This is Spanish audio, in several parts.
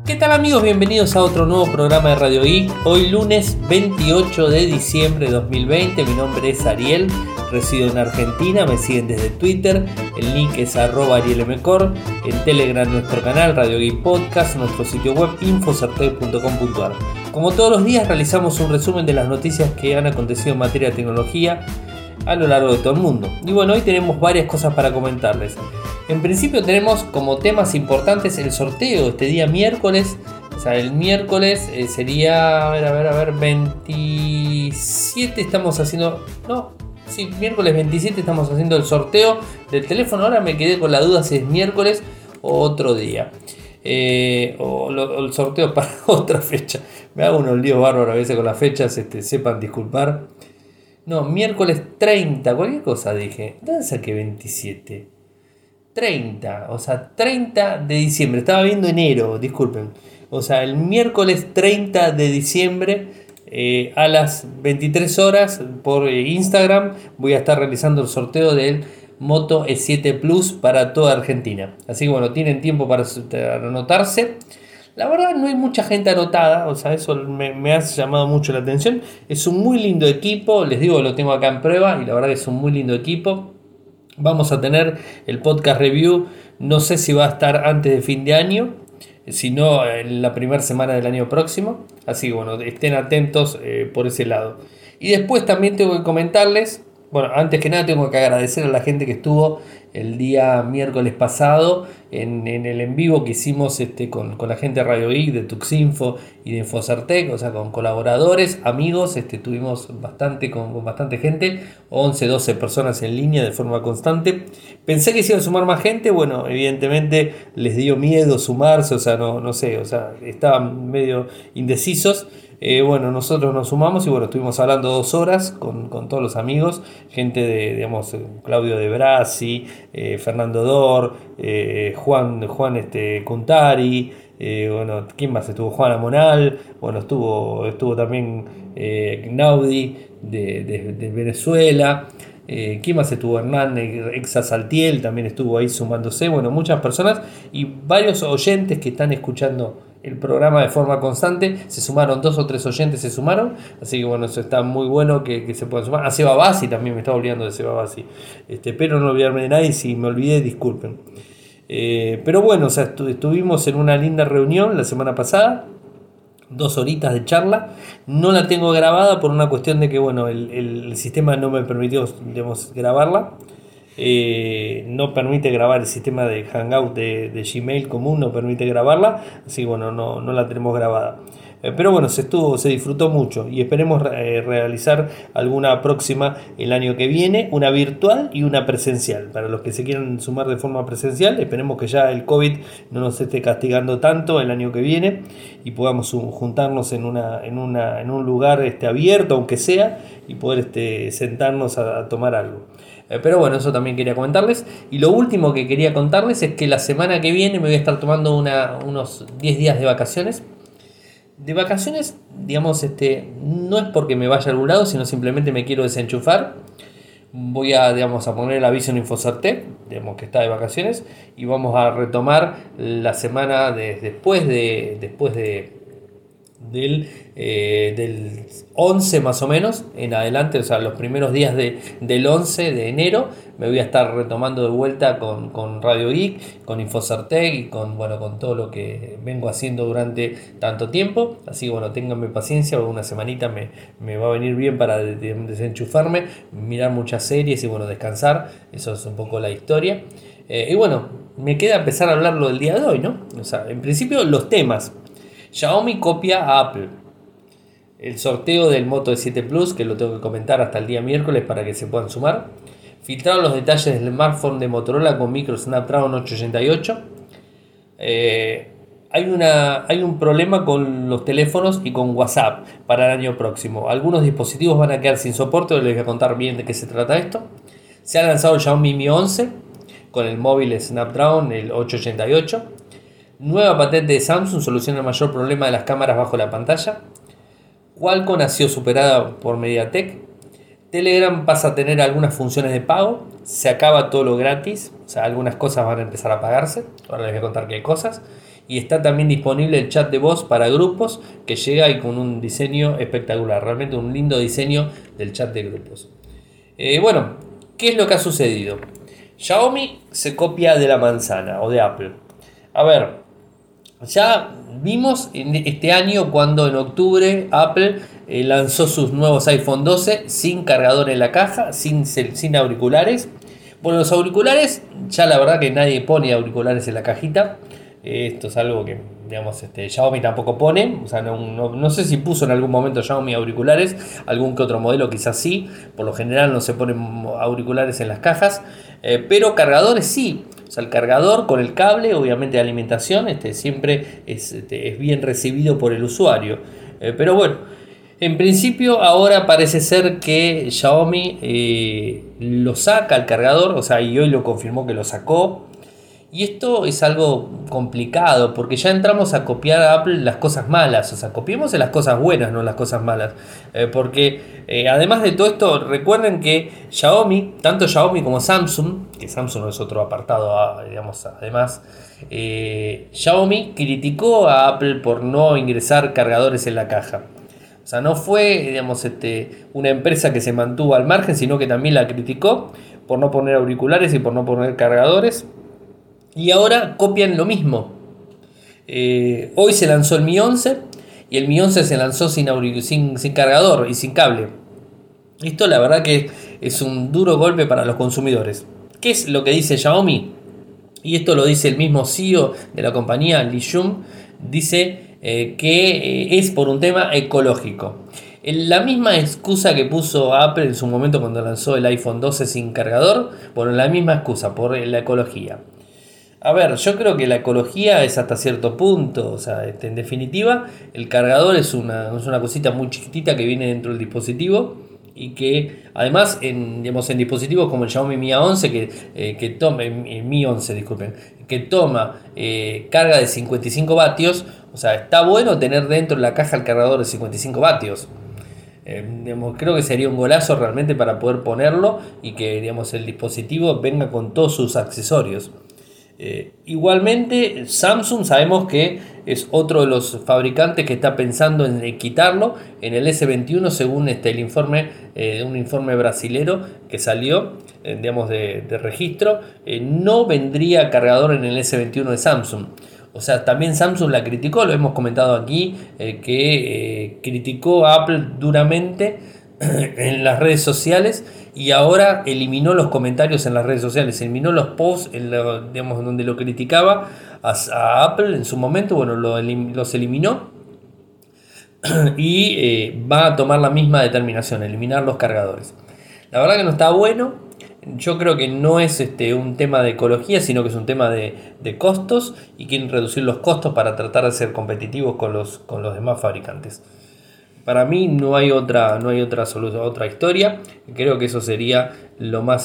¿Qué tal amigos? Bienvenidos a otro nuevo programa de Radio Geek. Hoy lunes 28 de diciembre de 2020. Mi nombre es Ariel, resido en Argentina, me siguen desde Twitter, el link es @arielmcor, en Telegram nuestro canal Radio Geek Podcast, nuestro sitio web infosartec.com.ar. Como todos los días realizamos un resumen de las noticias que han acontecido en materia de tecnología a lo largo de todo el mundo. Y bueno, hoy tenemos varias cosas para comentarles. En principio tenemos como temas importantes el sorteo este día miércoles. O sea, el miércoles sería, 27 estamos haciendo... No, sí, miércoles 27 estamos haciendo el sorteo del teléfono. Ahora me quedé con la duda si es miércoles o otro día. O el sorteo para otra fecha. Me hago unos líos bárbaros a veces con las fechas, sepan disculpar. No, miércoles 30, cualquier cosa dije. ¿Dónde saqué 27? 30, o sea, 30 de diciembre. Estaba viendo enero, disculpen. O sea, el miércoles 30 de diciembre a las 23 horas por Instagram voy a estar realizando el sorteo del Moto E7 Plus para toda Argentina. Así que bueno, tienen tiempo para anotarse. La verdad no hay mucha gente anotada, o sea, eso me ha llamado mucho la atención. Es un muy lindo equipo, les digo, lo tengo acá en prueba y la verdad que es un muy lindo equipo. Vamos a tener el podcast review, no sé si va a estar antes de fin de año, sino en la primera semana del año próximo. Así que bueno, estén atentos por ese lado. Y después también tengo que comentarles, bueno, antes que nada tengo que agradecer a la gente que estuvo el día miércoles pasado en el en vivo que hicimos con la gente de Radio Geek, de Tuxinfo y de Infosartec, o sea, con colaboradores, amigos, tuvimos con bastante gente, 11, 12 personas en línea de forma constante. Pensé que se iban a sumar más gente, bueno, evidentemente les dio miedo sumarse, o sea, no sé, o sea, estaban medio indecisos. Bueno, nosotros nos sumamos y bueno, estuvimos hablando 2 horas con todos los amigos, gente de, digamos, Claudio de Brasi, Fernando Dor, Juan Cuntari, bueno, ¿quién más estuvo? Juan Amonal, bueno, estuvo también Naudi de Venezuela. ¿Quién más estuvo? Hernán Exasaltiel también estuvo ahí sumándose. Bueno, muchas personas y varios oyentes que están escuchando el programa de forma constante. Se sumaron 2 o 3 oyentes, se sumaron. Así que bueno, eso está muy bueno que se puedan sumar. A Seba Bassi también, me estaba olvidando de Seba Bassi. Espero no olvidarme de nadie. Si me olvidé, disculpen. Pero bueno, o sea, estuvimos en una linda reunión la semana pasada. 2 horitas de charla. No la tengo grabada por una cuestión de que bueno, el sistema no me permitió, digamos, grabarla. No permite grabar el sistema de Hangout de Gmail común, no permite grabarla, así que bueno, no la tenemos grabada. Pero bueno, se disfrutó mucho y esperemos realizar alguna próxima el año que viene, una virtual y una presencial. Para los que se quieran sumar de forma presencial, esperemos que ya el COVID no nos esté castigando tanto el año que viene y podamos juntarnos en un lugar abierto, aunque sea, y poder sentarnos a tomar algo. Pero bueno, eso también quería comentarles. Y lo último que quería contarles es que la semana que viene me voy a estar tomando unos 10 días de vacaciones. De vacaciones, digamos, no es porque me vaya a algún lado, sino simplemente me quiero desenchufar. Voy a, digamos, a poner el aviso en Infosartec, digamos que está de vacaciones, y vamos a retomar la semana después del 11 más o menos en adelante, o sea, los primeros días del 11 de enero me voy a estar retomando de vuelta con Radio Geek, con Infosartec y con todo lo que vengo haciendo durante tanto tiempo. Así que bueno, ténganme paciencia, una semanita me va a venir bien para desenchufarme, mirar muchas series y bueno, descansar. Eso es un poco la historia. Y bueno, me queda empezar a hablar lo del día de hoy, ¿no? O sea, en principio los temas. Xiaomi copia a Apple. El sorteo del Moto E7 Plus, que lo tengo que comentar hasta el día miércoles para que se puedan sumar. Filtraron los detalles del smartphone de Motorola con micro Snapdragon 888. Hay un problema con los teléfonos y con WhatsApp para el año próximo. Algunos dispositivos van a quedar sin soporte, les voy a contar bien de qué se trata esto. Se ha lanzado el Xiaomi Mi 11 con el móvil Snapdragon, el 888. Nueva patente de Samsung soluciona el mayor problema de las cámaras bajo la pantalla. Qualcomm ha sido superada por MediaTek. Telegram pasa a tener algunas funciones de pago, se acaba todo lo gratis, o sea, algunas cosas van a empezar a pagarse, ahora les voy a contar qué cosas. Y está también disponible el chat de voz para grupos, que llega y con un diseño espectacular, realmente un lindo diseño del chat de grupos. Bueno, ¿qué es lo que ha sucedido? Xiaomi se copia de la manzana o de Apple. A ver, ya vimos en este año cuando en octubre Apple lanzó sus nuevos iPhone 12 sin cargador en la caja, sin auriculares. Bueno, los auriculares, ya la verdad que nadie pone auriculares en la cajita. Esto es algo que, digamos, Xiaomi tampoco pone. O sea, no sé si puso en algún momento Xiaomi auriculares. Algún que otro modelo quizás sí. Por lo general no se ponen auriculares en las cajas. Pero cargadores sí. O sea, el cargador con el cable, obviamente de alimentación, siempre es bien recibido por el usuario. Pero bueno, en principio ahora parece ser que Xiaomi lo saca el cargador. O sea, y hoy lo confirmó que lo sacó. Y esto es algo complicado porque ya entramos a copiar a Apple las cosas malas. O sea, copiemos en las cosas buenas, no en las cosas malas. Porque además de todo esto, recuerden que Xiaomi, tanto Xiaomi como Samsung, que Samsung es otro apartado, digamos, además, Xiaomi criticó a Apple por no ingresar cargadores en la caja. O sea, no fue, digamos, una empresa que se mantuvo al margen, sino que también la criticó por no poner auriculares y por no poner cargadores. Y ahora copian lo mismo. Hoy se lanzó el Mi 11 y el Mi 11 se lanzó sin cargador y sin cable. Esto la verdad que es un duro golpe para los consumidores. ¿Qué es lo que dice Xiaomi? Y esto lo dice el mismo CEO de la compañía, Li Jun. Dice que es por un tema ecológico. La misma excusa que puso Apple en su momento cuando lanzó el iPhone 12 sin cargador. Bueno, la misma excusa por la ecología. A ver, yo creo que la ecología es hasta cierto punto, o sea, en definitiva, el cargador es una cosita muy chiquitita que viene dentro del dispositivo y que además en dispositivos como el Xiaomi Mi 11 que toma, el Mi 11, disculpen, que toma carga de 55 vatios, o sea, está bueno tener dentro de la caja el cargador de 55 vatios. Creo que sería un golazo realmente para poder ponerlo y que el dispositivo venga con todos sus accesorios. Igualmente Samsung sabemos que es otro de los fabricantes que está pensando en quitarlo en el S21 según el informe, un informe brasilero que salió de registro. No vendría cargador en el S21 de Samsung. O sea, también Samsung la criticó, lo hemos comentado aquí, que criticó a Apple duramente en las redes sociales y ahora eliminó los comentarios en las redes sociales, eliminó los posts donde lo criticaba a Apple en su momento. Bueno, los eliminó y va a tomar la misma determinación, eliminar los cargadores. La verdad que no está bueno. Yo creo que no es un tema de ecología, sino que es un tema de costos y quieren reducir los costos para tratar de ser competitivos con los demás fabricantes. Para mí no hay otra solución, otra historia. Creo que eso sería lo más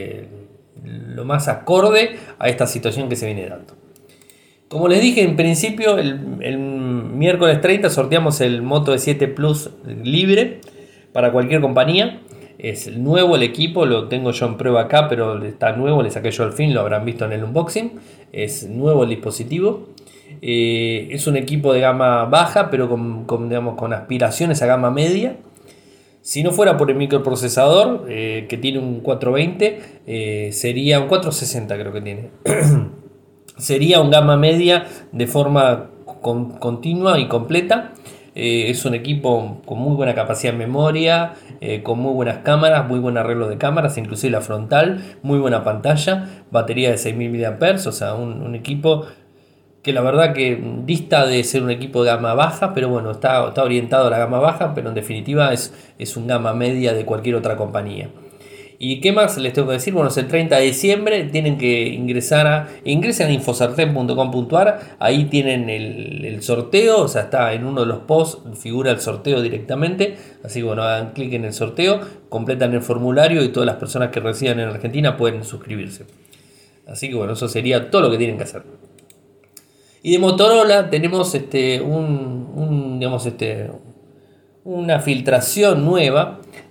acorde a esta situación que se viene dando. Como les dije en principio, el miércoles 30 sorteamos el Moto E7 Plus libre para cualquier compañía. Es nuevo el equipo, lo tengo yo en prueba acá, pero está nuevo, le saqué yo al fin, lo habrán visto en el unboxing. Es nuevo el dispositivo. Es un equipo de gama baja, pero con aspiraciones a gama media. Si no fuera por el microprocesador, que tiene un 420, sería un 460, creo que tiene. Sería un gama media de forma continua y completa. Es un equipo con muy buena capacidad de memoria, con muy buenas cámaras, muy buen arreglo de cámaras, inclusive la frontal, muy buena pantalla, batería de 6000 mAh, o sea, un equipo que la verdad que dista de ser un equipo de gama baja, pero bueno, está orientado a la gama baja, pero en definitiva es un gama media de cualquier otra compañía. ¿Y qué más les tengo que decir? Bueno, es el 30 de diciembre, tienen que ingresen a infosartec.com.ar, ahí tienen el sorteo, o sea, está en uno de los posts, figura el sorteo directamente, así que bueno, hagan clic en el sorteo, completan el formulario y todas las personas que residan en Argentina pueden suscribirse. Así que bueno, eso sería todo lo que tienen que hacer. Y de Motorola tenemos una filtración nueva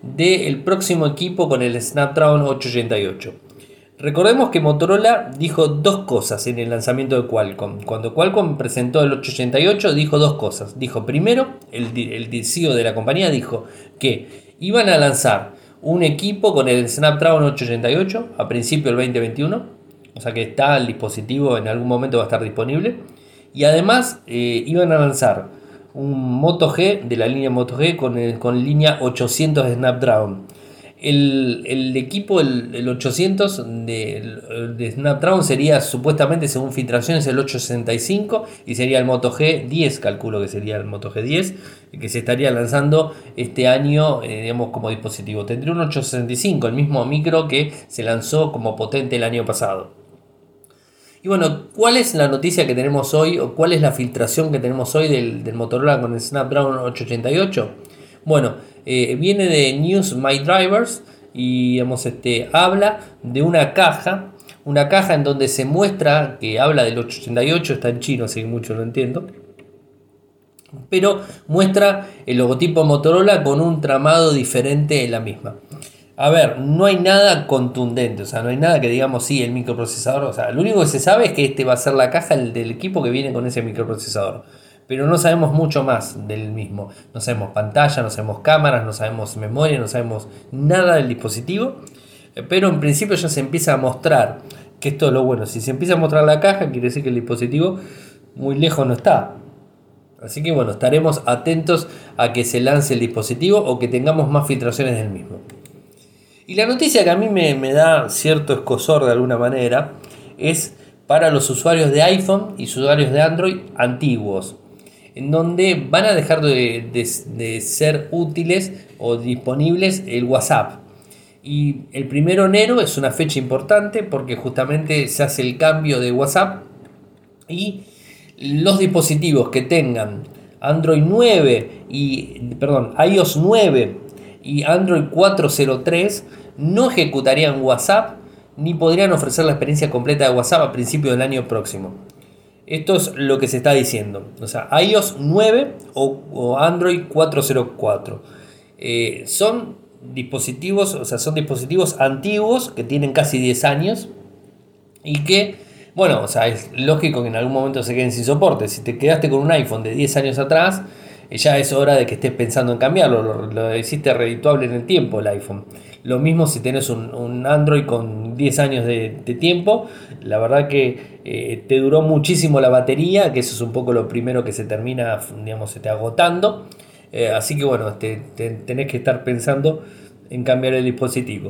del próximo equipo con el Snapdragon 888. Recordemos que Motorola dijo dos cosas en el lanzamiento de Qualcomm. Cuando Qualcomm presentó el 888 dijo dos cosas. Dijo primero, el CEO de la compañía dijo que iban a lanzar un equipo con el Snapdragon 888 a principio del 2021. O sea que está el dispositivo, en algún momento va a estar disponible. Y además iban a lanzar un Moto G de la línea Moto G con línea 800 de Snapdragon. El equipo, el 800 de Snapdragon sería supuestamente, según filtraciones, el 865 y sería el Moto G10, calculo que sería el Moto G10, que se estaría lanzando este año, digamos, como dispositivo. Tendría un 865, el mismo micro que se lanzó como potente el año pasado. Y bueno, ¿cuál es la noticia que tenemos hoy o cuál es la filtración que tenemos hoy del Motorola con el Snapdragon 888? Bueno, viene de News My Drivers y digamos, habla de una caja en donde se muestra que habla del 888, está en chino, así que mucho no entiendo, pero muestra el logotipo Motorola con un tramado diferente en la misma. A ver, no hay nada contundente, o sea, no hay nada que digamos sí, el microprocesador, o sea, lo único que se sabe es que va a ser la caja del equipo que viene con ese microprocesador. Pero no sabemos mucho más del mismo. No sabemos pantalla, no sabemos cámaras, no sabemos memoria, no sabemos nada del dispositivo. Pero en principio ya se empieza a mostrar, que esto es lo bueno. Si se empieza a mostrar la caja, quiere decir que el dispositivo muy lejos no está. Así que bueno, estaremos atentos a que se lance el dispositivo o que tengamos más filtraciones del mismo. Y la noticia que a mí me da cierto escozor de alguna manera es para los usuarios de iPhone y usuarios de Android antiguos, en donde van a dejar de ser útiles o disponibles el WhatsApp. Y el 1 de enero es una fecha importante porque justamente se hace el cambio de WhatsApp y los dispositivos que tengan iOS 9 y Android 4.03 no ejecutarían WhatsApp ni podrían ofrecer la experiencia completa de WhatsApp a principios del año próximo. Esto es lo que se está diciendo. O sea, iOS 9 o Android 4.04. Son dispositivos antiguos que tienen casi 10 años y que, bueno, o sea, es lógico que en algún momento se queden sin soporte. Si te quedaste con un iPhone de 10 años atrás, ya es hora de que estés pensando en cambiarlo. Lo hiciste redituable en el tiempo el iPhone. Lo mismo si tenés un Android con 10 años de tiempo. La verdad que te duró muchísimo la batería, que eso es un poco lo primero que se termina, digamos, agotando. Así que bueno, tenés que estar pensando en cambiar el dispositivo.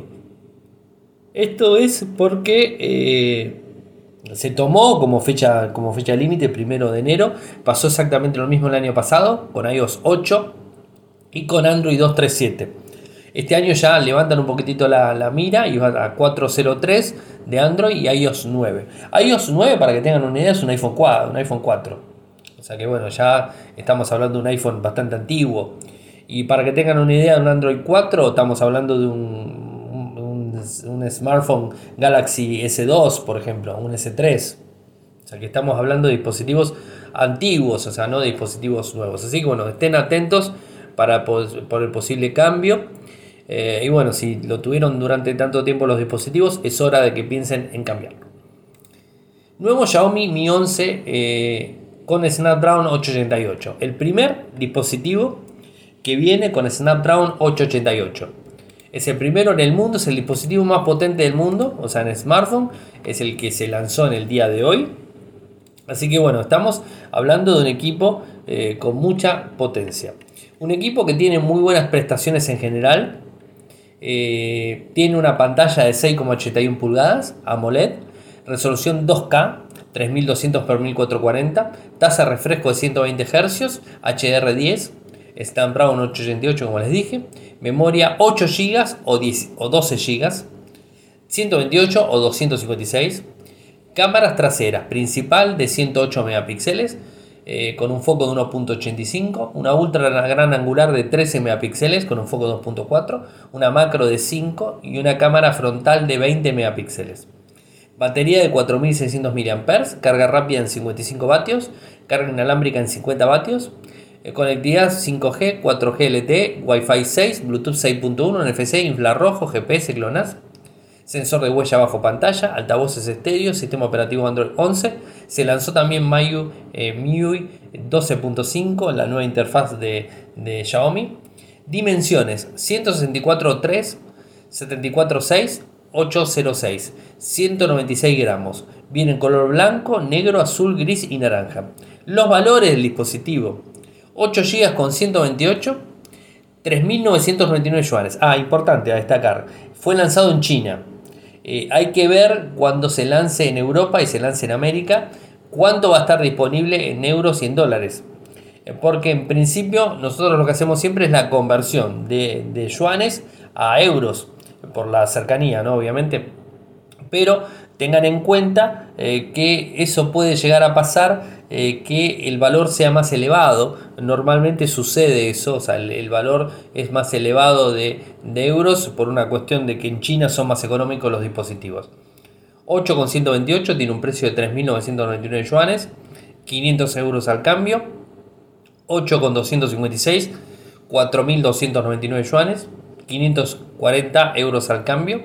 Esto es porque se tomó como fecha límite el 1 de enero. Pasó exactamente lo mismo el año pasado con iOS 8 y con Android 2.3.7. Este año ya levantan un poquitito la mira y van a 4.03 de Android y iOS 9. iOS 9, para que tengan una idea, es un iPhone 4. O sea que bueno, ya estamos hablando de un iPhone bastante antiguo. Y para que tengan una idea de un Android 4, estamos hablando de un smartphone Galaxy S2, por ejemplo, un S3. O sea que estamos hablando de dispositivos antiguos, o sea, no de dispositivos nuevos. Así que bueno, estén atentos por el posible cambio. Y bueno, si lo tuvieron durante tanto tiempo los dispositivos, es hora de que piensen en cambiarlo. Nuevo Xiaomi Mi 11 con Snapdragon 888. El primer dispositivo que viene con Snapdragon 888. Es el primero en el mundo, es el dispositivo más potente del mundo, o sea, en smartphone, es el que se lanzó en el día de hoy. Así que bueno, estamos hablando de un equipo con mucha potencia. Un equipo que tiene muy buenas prestaciones en general. Tiene una pantalla de 6,81 pulgadas AMOLED, resolución 2K, 3200 x 1440, tasa de refresco de 120 Hz, HDR10, Snapdragon 888 como les dije, memoria 8 GB o 12 GB, 128 o 256, cámaras traseras, principal de 108 megapíxeles, con un foco de 1.85, una ultra gran angular de 13 megapíxeles con un foco de 2.4, una macro de 5 y una cámara frontal de 20 megapíxeles. Batería de 4600 mAh, carga rápida en 55 vatios, carga inalámbrica en 50 vatios, Conectividad 5G, 4G LTE, Wi-Fi 6, Bluetooth 6.1, NFC, infrarrojo, GPS, GLONASS, sensor de huella bajo pantalla, altavoces estéreo, sistema operativo Android 11. Se lanzó también MIUI 12.5, la nueva interfaz de Xiaomi. Dimensiones 164.3, 74.6, 806, 196 gramos. Viene en color blanco, negro, azul, gris y naranja. Los valores del dispositivo: 8 GB con 128, 3.999 yuanes. Importante a destacar, fue lanzado en China. Hay que ver cuando se lance en Europa y se lance en América, cuánto va a estar disponible en euros y en dólares. Porque en principio nosotros lo que hacemos siempre es la conversión de yuanes a euros, por la cercanía, ¿no? Obviamente. Pero tengan en cuenta que eso puede llegar a pasar, que el valor sea más elevado. Normalmente sucede eso, o sea, el valor es más elevado de euros por una cuestión de que en China son más económicos los dispositivos. 8,128 tiene un precio de 3.999 yuanes, 500 euros al cambio. 8,256, 4.299 yuanes, 540 euros al cambio.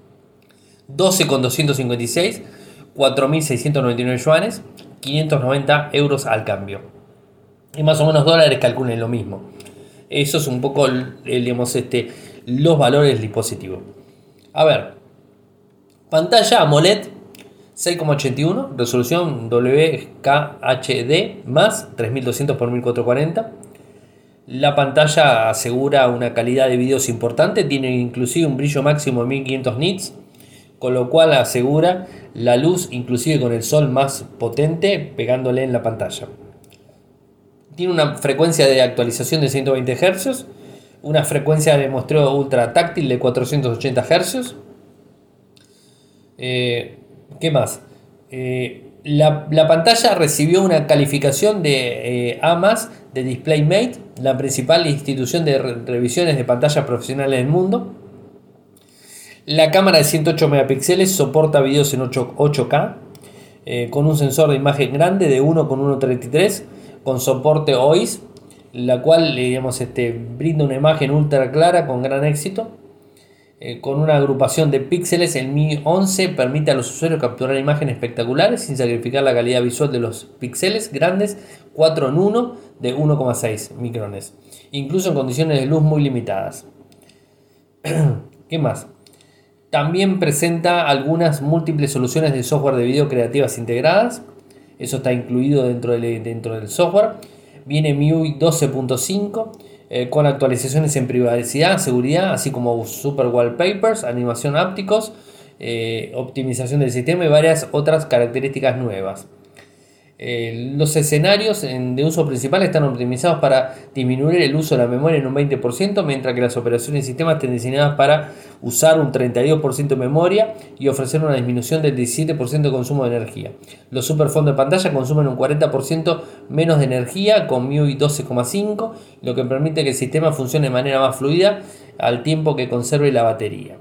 12,256, 4.699 yuanes, 590 euros al cambio. Y más o menos dólares calculen lo mismo. Eso es un poco, digamos, los valores del dispositivo. A ver, pantalla AMOLED 6,81, resolución WKHD más 3200 x 1440. La pantalla asegura una calidad de videos importante, tiene inclusive un brillo máximo de 1500 nits, con lo cual asegura la luz inclusive con el sol más potente pegándole en la pantalla. Tiene una frecuencia de actualización de 120 Hz, una frecuencia de muestreo ultra táctil de 480 Hz. ¿Qué más? La pantalla recibió una calificación de A+, de DisplayMate, la principal institución de revisiones de pantallas profesionales del mundo. La cámara de 108 megapíxeles soporta videos en 8K, con un sensor de imagen grande de 1,133, con soporte OIS, la cual brinda una imagen ultra clara con gran éxito. Con una agrupación de píxeles, el Mi 11 permite a los usuarios capturar imágenes espectaculares sin sacrificar la calidad visual de los píxeles grandes 4 en 1 de 1,6 micrones, incluso en condiciones de luz muy limitadas. ¿Qué más? También presenta algunas múltiples soluciones de software de video creativas integradas. Eso está incluido dentro del software. Viene MIUI 12.5 con actualizaciones en privacidad, seguridad, así como super wallpapers, animación ápticos, optimización del sistema y varias otras características nuevas. Los escenarios de uso principal están optimizados para disminuir el uso de la memoria en un 20%, mientras que las operaciones y sistemas están diseñadas para usar un 32% de memoria y ofrecer una disminución del 17% de consumo de energía. Los superfondos de pantalla consumen un 40% menos de energía con MIUI 12.5, lo que permite que el sistema funcione de manera más fluida al tiempo que conserve la batería.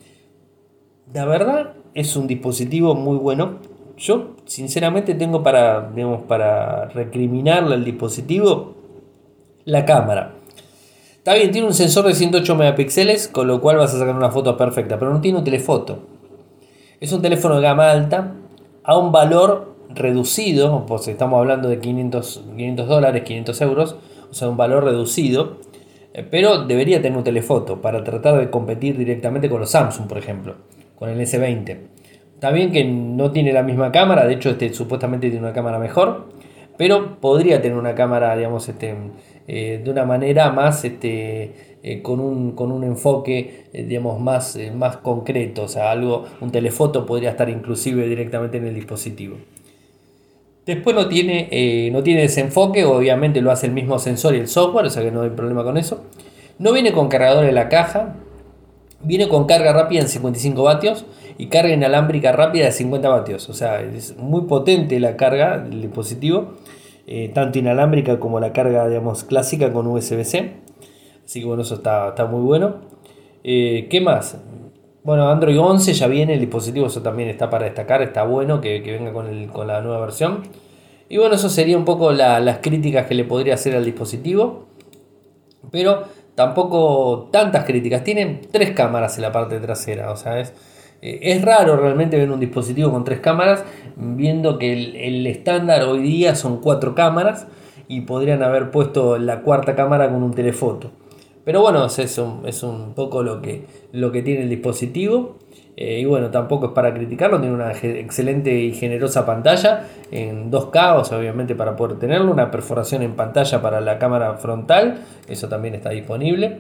La verdad es un dispositivo muy bueno. Yo sinceramente tengo para recriminarle al dispositivo la cámara. Está bien, tiene un sensor de 108 megapíxeles, con lo cual vas a sacar una foto perfecta, pero no tiene un telefoto. Es un teléfono de gama alta a un valor reducido, pues estamos hablando de 500 dólares, 500 euros, o sea, un valor reducido, pero debería tener un telefoto para tratar de competir directamente con los Samsung, por ejemplo, con el S20. Está bien que no tiene la misma cámara, de hecho supuestamente tiene una cámara mejor, pero podría tener una cámara, digamos, de una manera más, con un enfoque, digamos, más concreto, o sea, un telefoto podría estar inclusive directamente en el dispositivo. Después no tiene desenfoque, obviamente lo hace el mismo sensor y el software, o sea que no hay problema con eso. No viene con cargador en la caja. Viene con carga rápida en 55 vatios y carga inalámbrica rápida de 50 vatios. O sea, es muy potente la carga del dispositivo, tanto inalámbrica como la carga, digamos, clásica con USB-C. Así que bueno, eso está muy bueno. ¿Qué más? Bueno, Android 11 ya viene el dispositivo, eso también está para destacar. Está bueno que venga con la nueva versión. Y bueno, eso sería un poco las críticas que le podría hacer al dispositivo. Pero tampoco tantas críticas. Tiene 3 cámaras en la parte trasera. O sea, es raro realmente ver un dispositivo con 3 cámaras, viendo que el estándar hoy día son 4 cámaras y podrían haber puesto la cuarta cámara con un telefoto. Pero bueno, es un poco lo que tiene el dispositivo. Y bueno, tampoco es para criticarlo, tiene una excelente y generosa pantalla en 2K, o sea, obviamente para poder tenerlo, una perforación en pantalla para la cámara frontal, eso también está disponible.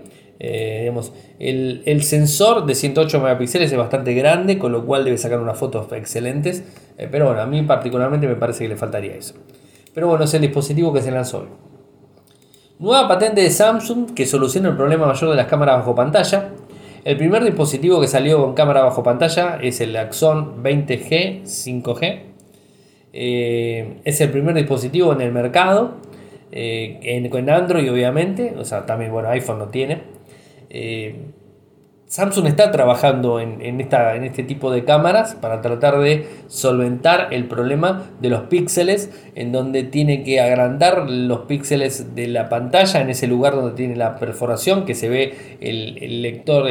El sensor de 108 megapíxeles es bastante grande, con lo cual debe sacar unas fotos excelentes, pero bueno, a mí particularmente me parece que le faltaría eso. Pero bueno, es el dispositivo que se lanzó hoy. Nueva patente de Samsung que soluciona el problema mayor de las cámaras bajo pantalla. El primer dispositivo que salió con cámara bajo pantalla es el Axon 20G 5G. Es el primer dispositivo en el mercado, con Android obviamente, o sea, también bueno, iPhone no tiene. Samsung está trabajando en este tipo de cámaras para tratar de solventar el problema de los píxeles, en donde tiene que agrandar los píxeles de la pantalla en ese lugar donde tiene la perforación, que se ve el lector,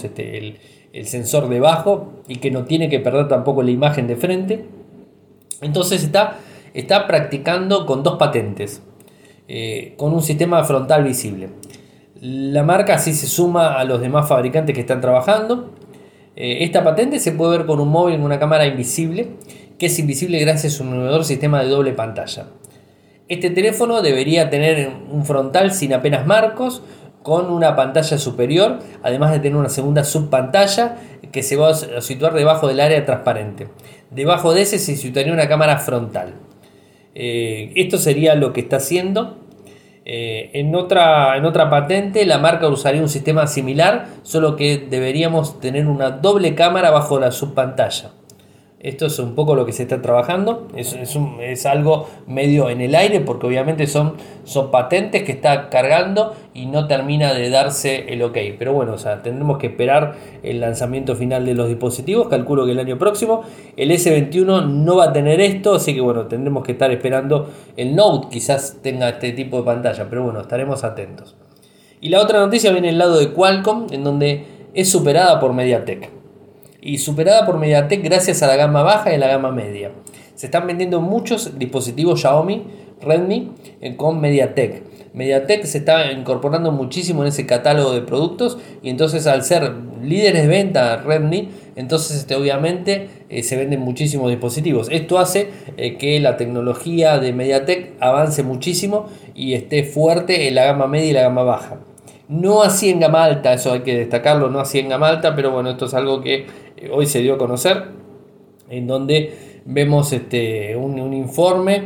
el sensor debajo, y que no tiene que perder tampoco la imagen de frente. Entonces está practicando con 2 patentes, con un sistema frontal visible. La marca así se suma a los demás fabricantes que están trabajando. Esta patente se puede ver con un móvil en una cámara invisible, que es invisible gracias a un innovador sistema de doble pantalla. Este teléfono debería tener un frontal sin apenas marcos, con una pantalla superior, además de tener una segunda subpantalla que se va a situar debajo del área transparente. Debajo de ese se situaría una cámara frontal. Esto sería lo que está haciendo. En otra patente la marca usaría un sistema similar, solo que deberíamos tener una doble cámara bajo la subpantalla. Esto es un poco lo que se está trabajando, es algo medio en el aire, porque obviamente son patentes que está cargando y no termina de darse el ok. Pero bueno, o sea, tendremos que esperar el lanzamiento final de los dispositivos. Calculo que el año próximo el S21 no va a tener esto, así que bueno, tendremos que estar esperando. El Note quizás tenga este tipo de pantalla, pero bueno, estaremos atentos. Y la otra noticia viene del lado de Qualcomm, en donde es superada por MediaTek. Y superada por MediaTek gracias a la gama baja y a la gama media. Se están vendiendo muchos dispositivos Xiaomi, Redmi con MediaTek. MediaTek se está incorporando muchísimo en ese catálogo de productos, y entonces al ser líderes de venta Redmi, entonces obviamente se venden muchísimos dispositivos. Esto hace que la tecnología de MediaTek avance muchísimo y esté fuerte en la gama media y la gama baja. No así en gama alta, eso hay que destacarlo, no así en gama alta, pero bueno, esto es algo que hoy se dio a conocer, en donde vemos un informe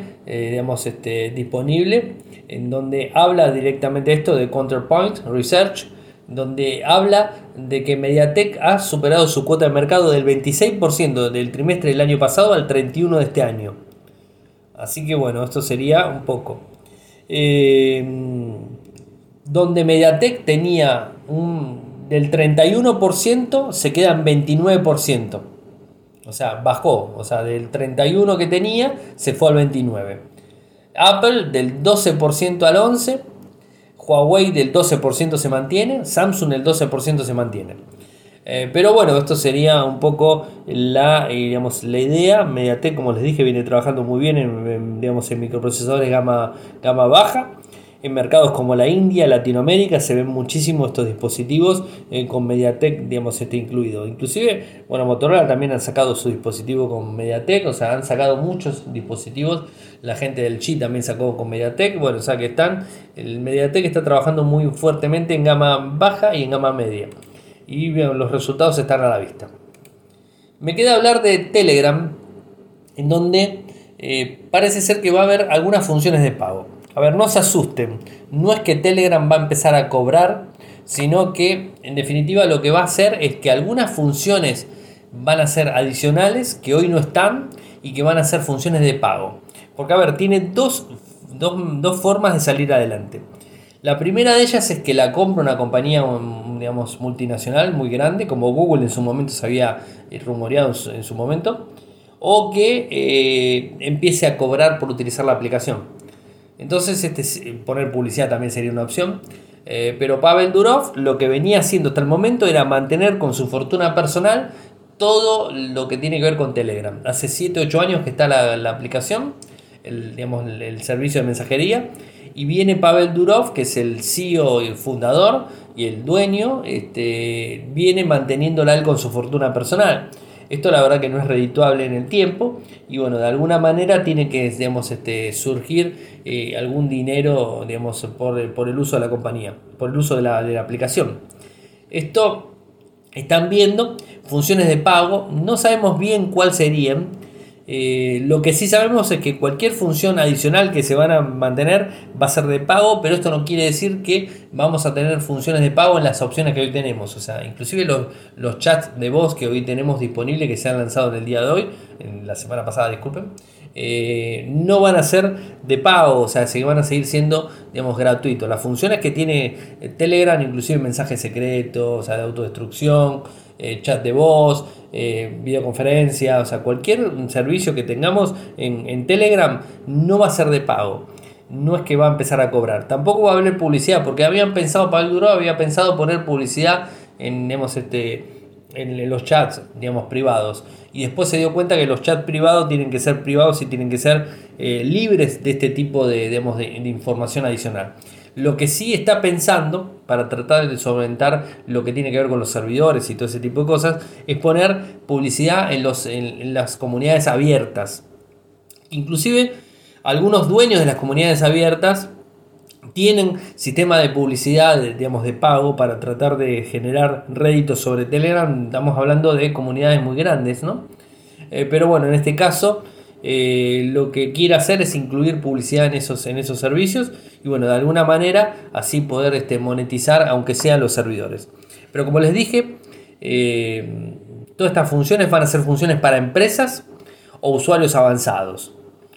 disponible, en donde habla directamente esto de Counterpoint Research, donde habla de que MediaTek ha superado su cuota de mercado del 26% del trimestre del año pasado al 31% de este año. Así que bueno, esto sería un poco. Donde MediaTek tenía del 31%, se queda en 29%. O sea, bajó. O sea, del 31% que tenía, se fue al 29%. Apple del 12% al 11%. Huawei del 12% se mantiene. Samsung del 12% se mantiene. Pero bueno, esto sería un poco la idea. MediaTek, como les dije, viene trabajando muy bien en microprocesadores gama baja. En mercados como la India, Latinoamérica, se ven muchísimo estos dispositivos con MediaTek, incluido. Inclusive, bueno, Motorola también han sacado su dispositivo con MediaTek, o sea, han sacado muchos dispositivos. La gente del Qi también sacó con MediaTek. Bueno, o sea que el MediaTek está trabajando muy fuertemente en gama baja y en gama media. Y bueno, los resultados están a la vista. Me queda hablar de Telegram, en donde parece ser que va a haber algunas funciones de pago. A ver, no se asusten, no es que Telegram va a empezar a cobrar, sino que en definitiva lo que va a hacer es que algunas funciones van a ser adicionales, que hoy no están, y que van a ser funciones de pago. Porque a ver, tiene dos formas de salir adelante. La primera de ellas es que la compra una compañía multinacional muy grande, como Google en su momento se había rumoreado en su momento. o que empiece a cobrar por utilizar la aplicación. Entonces poner publicidad también sería una opción. Pero Pavel Durov lo que venía haciendo hasta el momento era mantener con su fortuna personal todo lo que tiene que ver con Telegram. Hace 7-8 años que está la aplicación, el servicio de mensajería, y viene Pavel Durov, que es el CEO y el fundador y el dueño, viene manteniéndola él con su fortuna personal. Esto la verdad que no es redituable en el tiempo y bueno, de alguna manera tiene que, digamos, surgir algún dinero, digamos, por el uso de la compañía, por el uso de la aplicación. Esto están viendo funciones de pago, no sabemos bien cuáles serían. Lo que sí sabemos es que cualquier función adicional que se van a mantener va a ser de pago, pero esto no quiere decir que vamos a tener funciones de pago en las opciones que hoy tenemos. O sea, inclusive los chats de voz que hoy tenemos disponibles, que se han lanzado en el día de hoy, en la semana pasada, disculpen, no van a ser de pago, o sea, van a seguir siendo, digamos, gratuitos. Las funciones que tiene Telegram, inclusive mensajes secretos, o sea, de autodestrucción, chat de voz, videoconferencia, o sea, cualquier servicio que tengamos en Telegram no va a ser de pago. No es que va a empezar a cobrar. Tampoco va a haber publicidad, porque Pavel Durov había pensado poner publicidad en, digamos, en los chats, digamos, privados. Y después se dio cuenta que los chats privados tienen que ser privados y tienen que ser libres de este tipo digamos, de información adicional. Lo que sí está pensando, para tratar de solventar lo que tiene que ver con los servidores y todo ese tipo de cosas, es poner publicidad en las comunidades abiertas. Inclusive algunos dueños de las comunidades abiertas tienen sistema de publicidad, digamos, de pago para tratar de generar réditos sobre Telegram. Estamos hablando de comunidades muy grandes, ¿no? Pero bueno, en este caso lo que quiere hacer es incluir publicidad en esos servicios y bueno, de alguna manera así poder monetizar, aunque sean los servidores. Pero como les dije, todas estas funciones van a ser funciones para empresas o usuarios avanzados.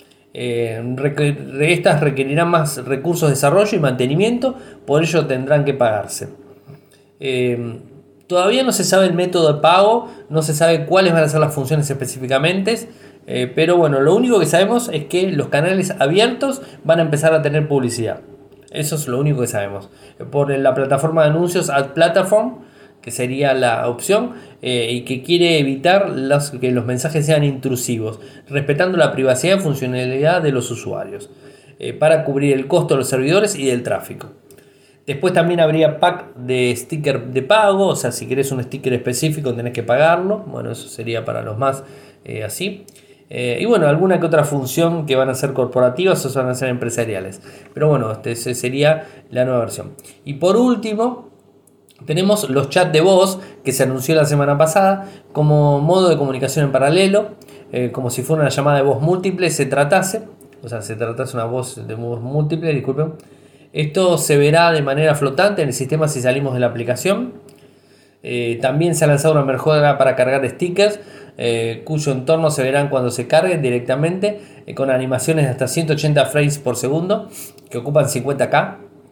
Estas requerirán más recursos de desarrollo y mantenimiento, por ello tendrán que pagarse. Todavía no se sabe el método de pago, no se sabe cuáles van a ser las funciones específicamente, pero bueno, lo único que sabemos es que los canales abiertos van a empezar a tener publicidad. Eso es lo único que sabemos. Por la plataforma de anuncios Ad Platform, que sería la opción, y que quiere evitar que los mensajes sean intrusivos, respetando la privacidad y funcionalidad de los usuarios, para cubrir el costo de los servidores y del tráfico. Después también habría pack de sticker de pago, o sea, si querés un sticker específico tenés que pagarlo. Bueno, eso sería para los más así. Y bueno, alguna que otra función que van a ser corporativas o van a ser empresariales. Pero bueno, esa sería la nueva versión. Y por último, tenemos los chats de voz que se anunció la semana pasada como modo de comunicación en paralelo, como si fuera una llamada de voz múltiple se tratase una voz de voz múltiple, disculpen. Esto se verá de manera flotante en el sistema si salimos de la aplicación. También se ha lanzado una mejora para cargar stickers, cuyo entorno se verán cuando se carguen directamente, con animaciones de hasta 180 frames por segundo que ocupan 50K.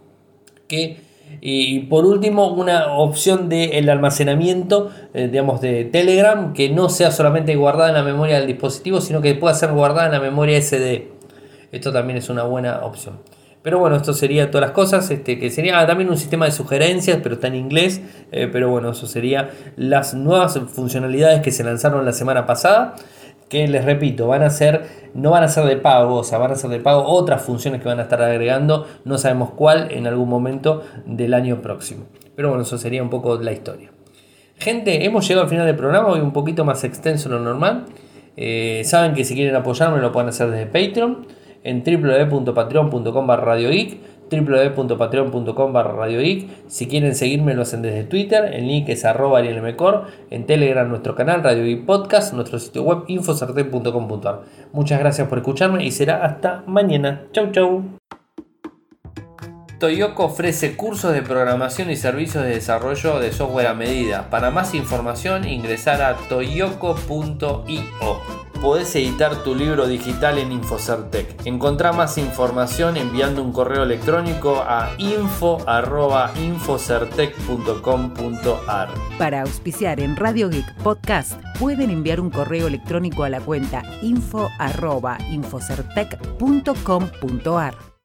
Y por último, una opción del almacenamiento, digamos, de Telegram, que no sea solamente guardada en la memoria del dispositivo, sino que pueda ser guardada en la memoria SD. Esto también es una buena opción. Pero bueno, esto sería todas las cosas, que sería también un sistema de sugerencias, pero está en inglés. Pero bueno, eso sería las nuevas funcionalidades que se lanzaron la semana pasada, que les repito, no van a ser de pago, o sea, van a ser de pago otras funciones que van a estar agregando, no sabemos cuál, en algún momento del año próximo. Pero bueno, eso sería un poco la historia. Gente, hemos llegado al final del programa, hoy un poquito más extenso de lo normal. Saben que si quieren apoyarme lo pueden hacer desde Patreon, en www.patreon.com/radiogeek, www.patreon.com/radiogeek. Si quieren seguirme lo hacen desde Twitter, el link es @arielmcor, en Telegram nuestro canal Radio Geek Podcast, nuestro sitio web infosartec.com.ar. Muchas gracias por escucharme y será hasta mañana. Chau chau. Toyoko ofrece cursos de programación y servicios de desarrollo de software a medida. Para más información ingresar a toyoko.io. podés editar tu libro digital en Infocertec. Encontrá más información enviando un correo electrónico a info@infocertec.com.ar. Para auspiciar en Radio Geek Podcast, pueden enviar un correo electrónico a la cuenta info@infocertec.com.ar.